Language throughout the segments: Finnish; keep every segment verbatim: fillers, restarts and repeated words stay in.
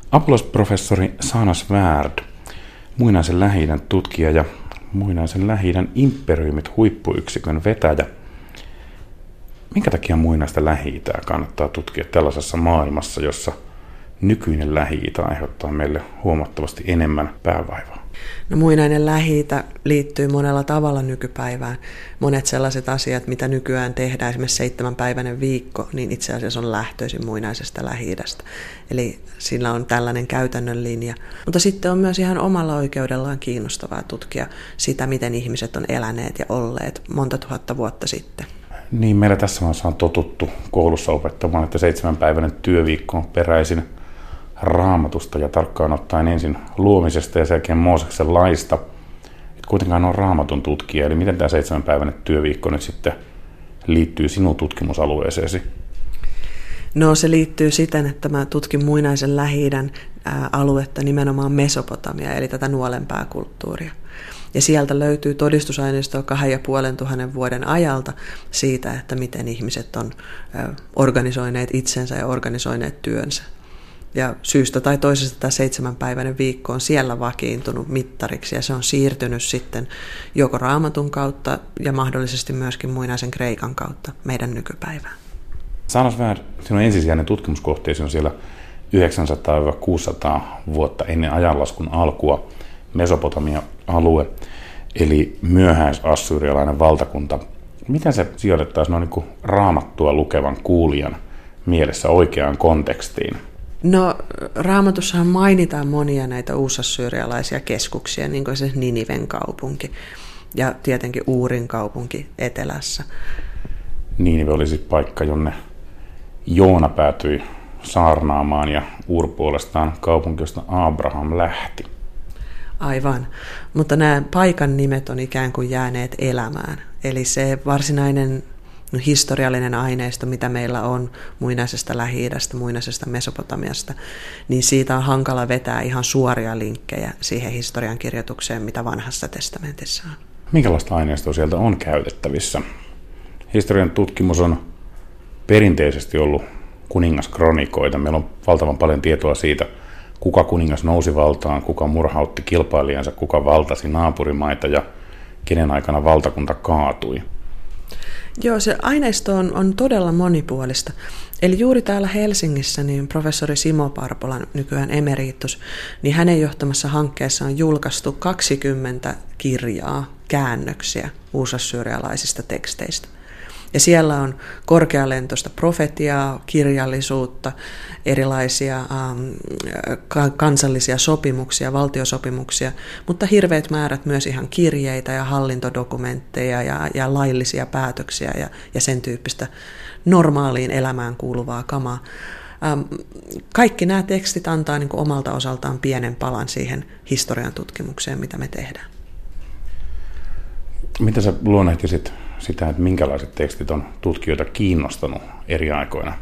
Apulaisprofessori Sanna Svärd, muinaisen Lähi-idän tutkija ja muinaisen Lähi-idän imperiumit huippuyksikön vetäjä. Minkä takia muinaista Lähi-itää kannattaa tutkia tällaisessa maailmassa, jossa nykyinen Lähi-itä aiheuttaa meille huomattavasti enemmän päävaivaa? No, muinainen Lähi-itä liittyy monella tavalla nykypäivään. Monet sellaiset asiat, mitä nykyään tehdään, esimerkiksi seitsemänpäiväinen viikko, niin itse asiassa on lähtöisin muinaisesta Lähi-idästä. Eli sillä on tällainen käytännön linja. Mutta sitten on myös ihan omalla oikeudellaan kiinnostavaa tutkia sitä, miten ihmiset on eläneet ja olleet monta tuhatta vuotta sitten. Niin, meillä tässä maassa on totuttu koulussa opettamaan, että seitsemänpäiväinen työviikko on peräisin Raamatusta ja tarkkaan ottaen ensin luomisesta ja sen jälkeen Mooseksen laista. Et kuitenkaan on Raamatun tutkija, eli miten tämä seitsemänpäiväinen työviikko nyt sitten liittyy sinun tutkimusalueeseesi? No, se liittyy siten, että mä tutkin muinaisen Lähi-idän aluetta, nimenomaan Mesopotamia, eli tätä nuolenpääkulttuuria. Ja sieltä löytyy todistusaineistoa kahden ja puolen tuhannen vuoden ajalta siitä, että miten ihmiset on organisoineet itsensä ja organisoineet työnsä. Ja syystä tai toisesta tämä seitsemänpäiväinen viikko on siellä vakiintunut mittariksi ja se on siirtynyt sitten joko Raamatun kautta ja mahdollisesti myöskin muinaisen Kreikan kautta meidän nykypäivään. Sanois vähän, sinun ensisijainen tutkimuskohteesi on siellä yhdeksänsataa kuusisataa vuotta ennen ajanlaskun alkua Mesopotamia-alue, eli myöhäisassyrialainen valtakunta. Miten se sijoitettaisiin noin niin kuin Raamattua lukevan kuulijan mielessä oikeaan kontekstiin? No, Raamatussahan mainitaan monia näitä uusassyrialaisia keskuksia, niin kuin se Niniven kaupunki ja tietenkin Uurin kaupunki etelässä. Ninive oli siis paikka, jonne Joona päätyi saarnaamaan ja Uur puolestaan kaupunki, josta Abraham lähti. Aivan, mutta nämä paikan nimet on ikään kuin jääneet elämään. Eli se varsinainen historiallinen aineisto, mitä meillä on muinaisesta Lähi-idästä, muinaisesta Mesopotamiasta, niin siitä on hankala vetää ihan suoria linkkejä siihen historian kirjoitukseen, mitä vanhassa testamentissa on. Minkälaista aineistoa sieltä on käytettävissä? Historian tutkimus on perinteisesti ollut kuningaskronikoita. Meillä on valtavan paljon tietoa siitä, kuka kuningas nousi valtaan, kuka murhautti kilpailijansa, kuka valtasi naapurimaita ja kenen aikana valtakunta kaatui. Joo, se aineisto on, on todella monipuolista. Eli juuri täällä Helsingissä niin professori Simo Parpolan, nykyään emeritus, niin hänen johtamassa hankkeessa on julkaistu kaksikymmentä kirjaa, käännöksiä uusassyrialaisista teksteistä. Ja siellä on korkealentoista profetiaa, kirjallisuutta, erilaisia ähm, kansallisia sopimuksia, valtiosopimuksia, mutta hirveät määrät myös ihan kirjeitä ja hallintodokumentteja ja, ja laillisia päätöksiä ja, ja sen tyyppistä normaaliin elämään kuuluvaa kamaa. Ähm, kaikki nämä tekstit antaa niin kuin omalta osaltaan pienen palan siihen historian tutkimukseen, mitä me tehdään. Mitä sä luonnehtisit sitä, että minkälaiset tekstit on tutkijoita kiinnostanut eri aikoina?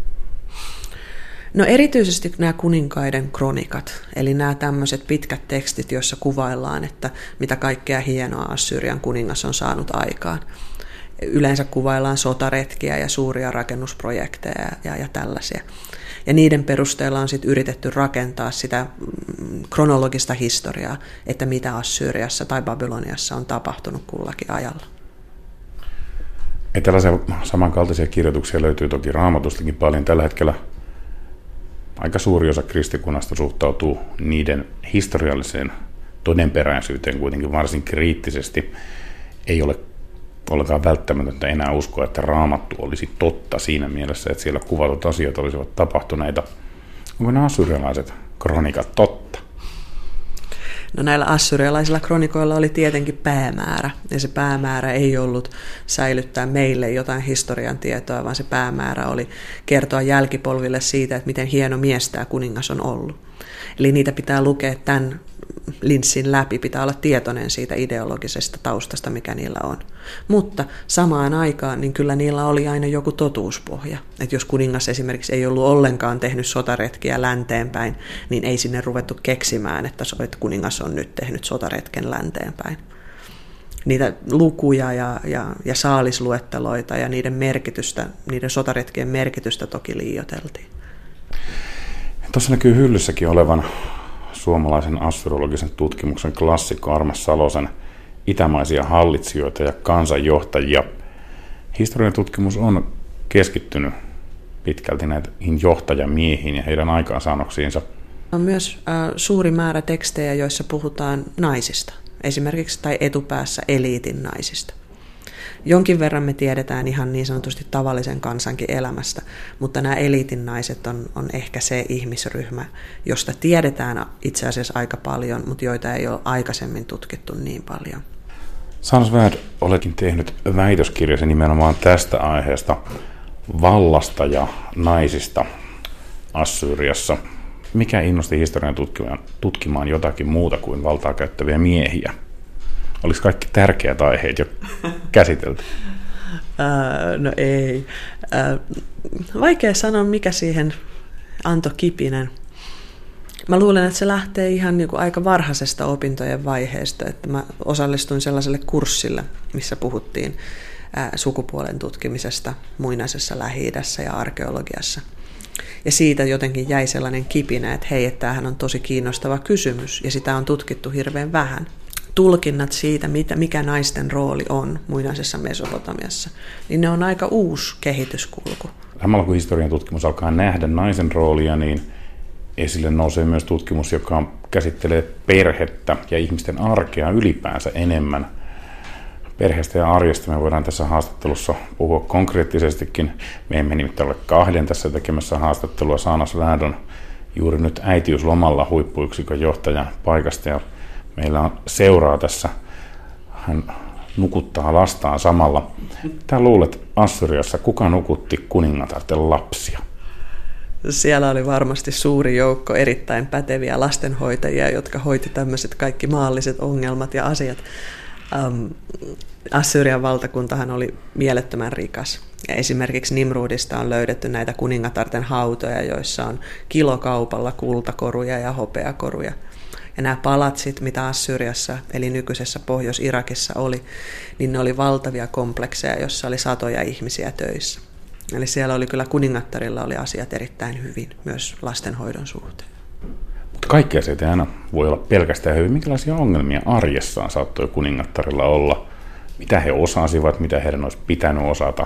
No, erityisesti nämä kuninkaiden kronikat, eli nämä tämmöiset pitkät tekstit, joissa kuvaillaan, että mitä kaikkea hienoa Assyrian kuningas on saanut aikaan. Yleensä kuvaillaan sotaretkiä ja suuria rakennusprojekteja ja, ja tällaisia. Ja niiden perusteella on sitten yritetty rakentaa sitä kronologista historiaa, että mitä Assyriassa tai Babyloniassa on tapahtunut kullakin ajalla. Ja tällaisia samankaltaisia kirjoituksia löytyy toki Raamatustakin paljon. Tällä hetkellä aika suuri osa kristikunnasta suhtautuu niiden historialliseen todenperäisyyteen kuitenkin varsin kriittisesti. Ei ole ollenkaan välttämätöntä enää uskoa, että Raamattu olisi totta siinä mielessä, että siellä kuvatut asiat olisivat tapahtuneita. Onko nämä assyrialaiset kronikat totta? No, näillä assyrialaisilla kronikoilla oli tietenkin päämäärä, ja se päämäärä ei ollut säilyttää meille jotain historian tietoa, vaan se päämäärä oli kertoa jälkipolville siitä, että miten hieno mies tämä kuningas on ollut. Eli niitä pitää lukea tämän linssin läpi, pitää olla tietoinen siitä ideologisesta taustasta, mikä niillä on. Mutta samaan aikaan niin kyllä niillä oli aina joku totuuspohja. Että jos kuningas esimerkiksi ei ollut ollenkaan tehnyt sotaretkiä länteenpäin, niin ei sinne ruvettu keksimään, että kuningas on nyt tehnyt sotaretken länteenpäin. Niitä lukuja ja, ja, ja saalisluetteloita ja niiden merkitystä, niiden sotaretkien merkitystä toki liioiteltiin. Tuossa näkyy hyllyssäkin olevan suomalaisen assyriologisen tutkimuksen klassikko Armas Salosen Itämaisia hallitsijoita ja kansanjohtajia. Historian tutkimus on keskittynyt pitkälti näihin johtajamiehiin ja heidän aikaansaannoksiinsa. On myös äh, suuri määrä tekstejä, joissa puhutaan naisista, esimerkiksi tai etupäässä eliitin naisista. Jonkin verran me tiedetään ihan niin sanotusti tavallisen kansankin elämästä, mutta nämä eliitin naiset on, on ehkä se ihmisryhmä, josta tiedetään itse asiassa aika paljon, mutta joita ei ole aikaisemmin tutkittu niin paljon. Sanna Svärd, oletkin tehnyt väitöskirjasi nimenomaan tästä aiheesta, vallasta ja naisista Assyriassa. Mikä innosti historian tutkimaan jotakin muuta kuin valtaa käyttäviä miehiä? Oliko kaikki tärkeät aiheet jo käsitelty? Uh, no ei. Uh, vaikea sanoa, mikä siihen antoi kipinen. Mä luulen, että se lähtee ihan niin kuin aika varhaisesta opintojen vaiheesta. Että mä osallistuin sellaiselle kurssille, missä puhuttiin uh, sukupuolen tutkimisesta muinaisessa Lähi-idässä ja arkeologiassa. Ja siitä jotenkin jäi sellainen kipinä, että hei, että tämähän on tosi kiinnostava kysymys ja sitä on tutkittu hirveän vähän. Tulkinnat siitä, mikä naisten rooli on muinaisessa Mesopotamiassa, niin ne on aika uusi kehityskulku. Samalla kun historian tutkimus alkaa nähdä naisen roolia, niin esille nousee myös tutkimus, joka käsittelee perhettä ja ihmisten arkea ylipäänsä enemmän. Perheestä ja arjesta me voidaan tässä haastattelussa puhua konkreettisestikin. Me emme nimittäin ole kahden tässä tekemässä haastattelua. Sanna Svärd on juuri nyt äitiyslomalla huippuyksikön johtajan paikasta ja meillä on seuraa tässä. Hän nukuttaa lastaan samalla. Mitä luulet Assyriassa, kuka nukutti kuningatarten lapsia? Siellä oli varmasti suuri joukko erittäin päteviä lastenhoitajia, jotka hoiti tämmöiset kaikki maalliset ongelmat ja asiat. Um, Assyrian valtakuntahan oli mielettömän rikas. Ja esimerkiksi Nimrudista on löydetty näitä kuningatarten hautoja, joissa on kilokaupalla kultakoruja ja hopeakoruja. Ja nämä palatsit, mitä Assyriassa, eli nykyisessä Pohjois-Irakissa oli, niin ne oli valtavia komplekseja, joissa oli satoja ihmisiä töissä. Eli siellä oli kyllä kuningattarilla oli asiat erittäin hyvin, myös lastenhoidon suhteen. Mutta kaikki asiat ei aina voi olla pelkästään hyvin. Minkälaisia ongelmia arjessaan saattoi kuningattarilla olla? Mitä he osasivat, mitä heidän olisi pitänyt osata?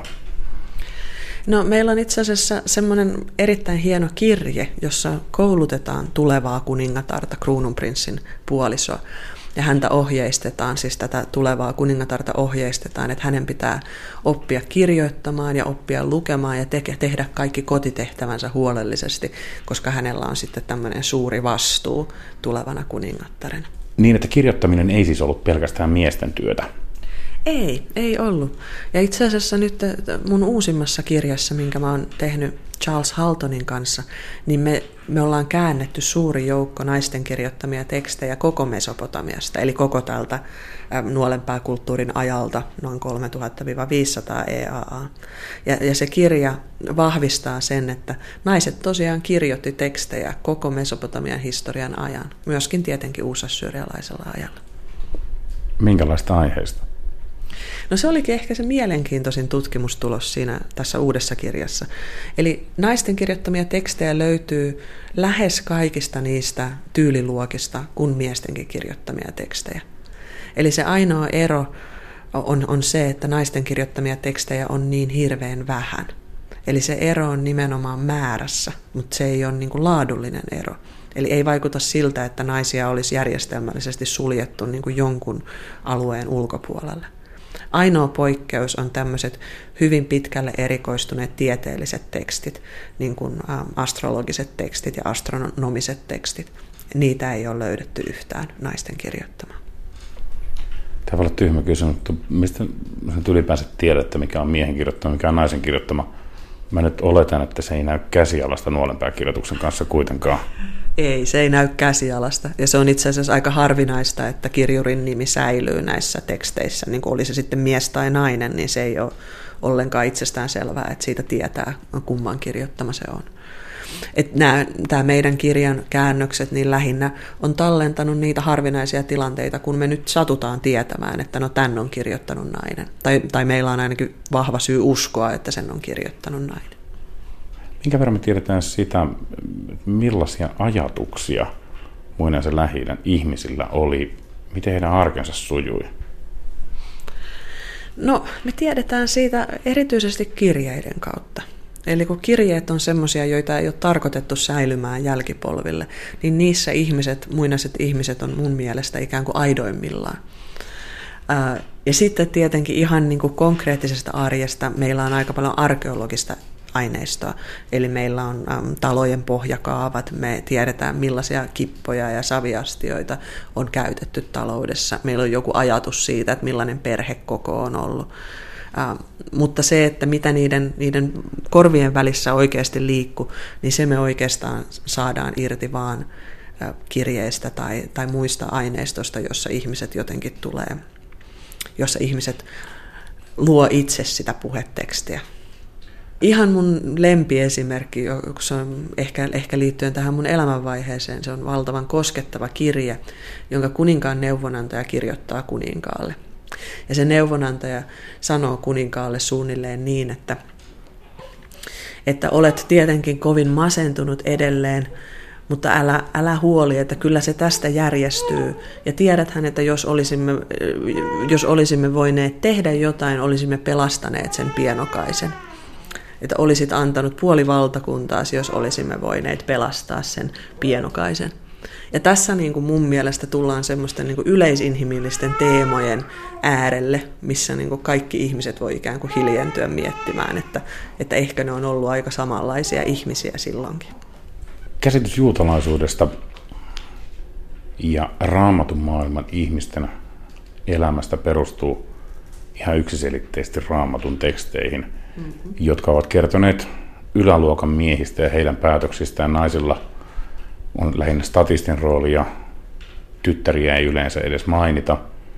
No, meillä on itse asiassa semmoinen erittäin hieno kirje, jossa koulutetaan tulevaa kuningatarta, kruununprinssin puolisoa. Ja häntä ohjeistetaan, siis tätä tulevaa kuningatarta ohjeistetaan, että hänen pitää oppia kirjoittamaan ja oppia lukemaan ja te- tehdä kaikki kotitehtävänsä huolellisesti, koska hänellä on sitten tämmöinen suuri vastuu tulevana kuningattarena. Niin, että kirjoittaminen ei siis ollut pelkästään miesten työtä. Ei, ei ollut. Ja itse asiassa nyt mun uusimmassa kirjassa, minkä mä oon tehnyt Charles Haltonin kanssa, niin me, me ollaan käännetty suuri joukko naisten kirjoittamia tekstejä koko Mesopotamiasta, eli koko tältä nuolenpääkulttuurin ajalta, noin kolmetuhatta viisisataa E A A. Ja, ja se kirja vahvistaa sen, että naiset tosiaan kirjoitti tekstejä koko Mesopotamian historian ajan, myöskin tietenkin uusassyrialaisella ajalla. Minkälaista aiheista? No se olikin ehkä se mielenkiintoisin tutkimustulos siinä tässä uudessa kirjassa. Eli naisten kirjoittamia tekstejä löytyy lähes kaikista niistä tyyliluokista kuin miestenkin kirjoittamia tekstejä. Eli se ainoa ero on, on se, että naisten kirjoittamia tekstejä on niin hirveän vähän. Eli se ero on nimenomaan määrässä, mutta se ei ole niin kuin laadullinen ero. Eli ei vaikuta siltä, että naisia olisi järjestelmällisesti suljettu niin kuin jonkun alueen ulkopuolelle. Ainoa poikkeus on tämmöiset hyvin pitkälle erikoistuneet tieteelliset tekstit, niin kuin astrologiset tekstit ja astronomiset tekstit. Niitä ei ole löydetty yhtään naisten kirjoittamaan. Tämä voi olla tyhmä kysymys, mutta mistä nyt ylipäänsä tiedätte, mikä on miehen kirjoittama, mikä on naisen kirjoittama? Mä nyt oletan, että se ei näy käsialasta nuolenpääkirjoituksen kanssa kuitenkaan. Ei, se ei näy käsialasta. Ja se on itse asiassa aika harvinaista, että kirjurin nimi säilyy näissä teksteissä. Niin kuin oli se sitten mies tai nainen, niin se ei ole ollenkaan itsestään selvää, että siitä tietää, kumman kirjoittama se on. Että nämä, tämä meidän kirjan käännökset niin lähinnä on tallentanut niitä harvinaisia tilanteita, kun me nyt satutaan tietämään, että no tän on kirjoittanut nainen. Tai, tai meillä on ainakin vahva syy uskoa, että sen on kirjoittanut nainen. Minkä verran me tiedetään sitä, millaisia ajatuksia muinaisen Lähi-idän ihmisillä oli, miten heidän arkensa sujui? No, me tiedetään siitä erityisesti kirjeiden kautta. Eli kun kirjeet on semmoisia, joita ei ole tarkoitettu säilymään jälkipolville, niin niissä ihmiset, muinaiset ihmiset on mun mielestä ikään kuin aidoimmillaan. Ja sitten tietenkin ihan niin kuin konkreettisesta arjesta meillä on aika paljon arkeologista aineistoa. Eli meillä on äm, talojen pohjakaavat, me tiedetään millaisia kippoja ja saviastioita on käytetty taloudessa. Meillä on joku ajatus siitä, että millainen perhekoko on ollut. Äh, mutta se, että mitä niiden, niiden korvien välissä oikeasti liikkuu, niin se me oikeastaan saadaan irti vaan äh, kirjeistä tai, tai muista aineistosta, jossa ihmiset jotenkin tulee, jossa ihmiset luo itse sitä puhetekstiä. Ihan mun lempiesimerkki, se on ehkä, ehkä liittyen tähän mun elämänvaiheeseen, se on valtavan koskettava kirje, jonka kuninkaan neuvonantaja kirjoittaa kuninkaalle. Ja se neuvonantaja sanoo kuninkaalle suunnilleen niin, että, että olet tietenkin kovin masentunut edelleen, mutta älä, älä huoli, että kyllä se tästä järjestyy. Ja tiedäthän, että jos olisimme, jos olisimme voineet tehdä jotain, olisimme pelastaneet sen pienokaisen. Että olisit antanut puoli valtakuntaasi, jos olisimme voineet pelastaa sen pienokaisen. Ja tässä niin kuin mun mielestä tullaan semmoisten niin kuin yleisinhimillisten teemojen äärelle, missä niin kuin kaikki ihmiset voi ikään kuin hiljentyä miettimään, että, että ehkä ne on ollut aika samanlaisia ihmisiä silloinkin. Käsitys juutalaisuudesta ja raamatun maailman ihmisten elämästä perustuu ihan yksiselitteisesti raamatun teksteihin, mm-hmm. jotka ovat kertoneet yläluokan miehistä ja heidän päätöksistään. Naisilla on lähinnä statistin rooli ja tyttäriä ei yleensä edes mainita.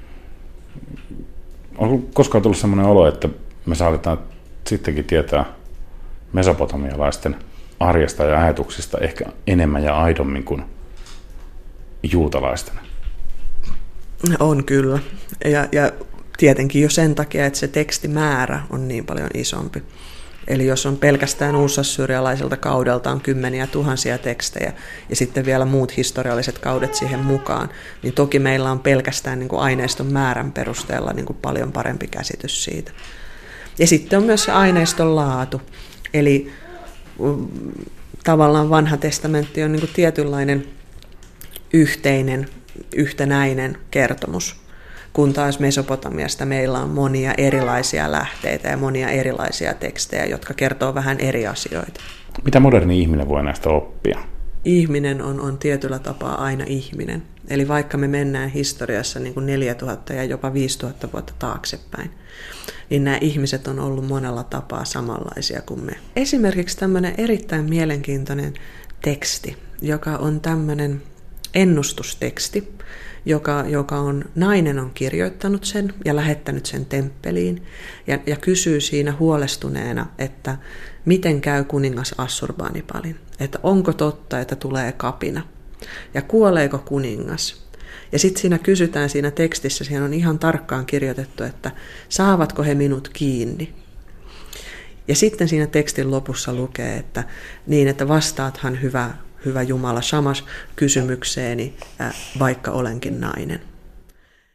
On koskaan tullut sellainen olo, että me saatetaan sittenkin tietää mesopotamialaisten arjesta ja ajatuksista ehkä enemmän ja aidommin kuin juutalaisten? On kyllä. Ja, ja tietenkin jo sen takia, että se tekstimäärä on niin paljon isompi. Eli jos on pelkästään uusassyrialaiselta kaudelta on kymmeniä tuhansia tekstejä ja sitten vielä muut historialliset kaudet siihen mukaan, niin toki meillä on pelkästään niin kuin aineiston määrän perusteella niin kuin paljon parempi käsitys siitä. Ja sitten on myös se aineiston laatu. Eli tavallaan vanha testamentti on niin kuin tietynlainen yhteinen, yhtenäinen kertomus, kun taas Mesopotamiasta meillä on monia erilaisia lähteitä ja monia erilaisia tekstejä, jotka kertoo vähän eri asioita. Mitä moderni ihminen voi näistä oppia? Ihminen on, on tietyllä tapaa aina ihminen. Eli vaikka me mennään historiassa niin kuin neljätuhatta ja jopa viisituhatta vuotta taaksepäin, niin nämä ihmiset on ollut monella tapaa samanlaisia kuin me. Esimerkiksi tämmöinen erittäin mielenkiintoinen teksti, joka on tämmöinen ennustusteksti, joka, joka on, nainen on kirjoittanut sen ja lähettänyt sen temppeliin ja, ja kysyy siinä huolestuneena, että miten käy kuningas Assurbanipalin, että onko totta, että tulee kapina ja kuoleeko kuningas. Ja sitten siinä kysytään siinä tekstissä, siinä on ihan tarkkaan kirjoitettu, että saavatko he minut kiinni. Ja sitten siinä tekstin lopussa lukee, että niin, että vastaathan hyvä, hyvä Jumala Shamas kysymykseeni, vaikka olenkin nainen.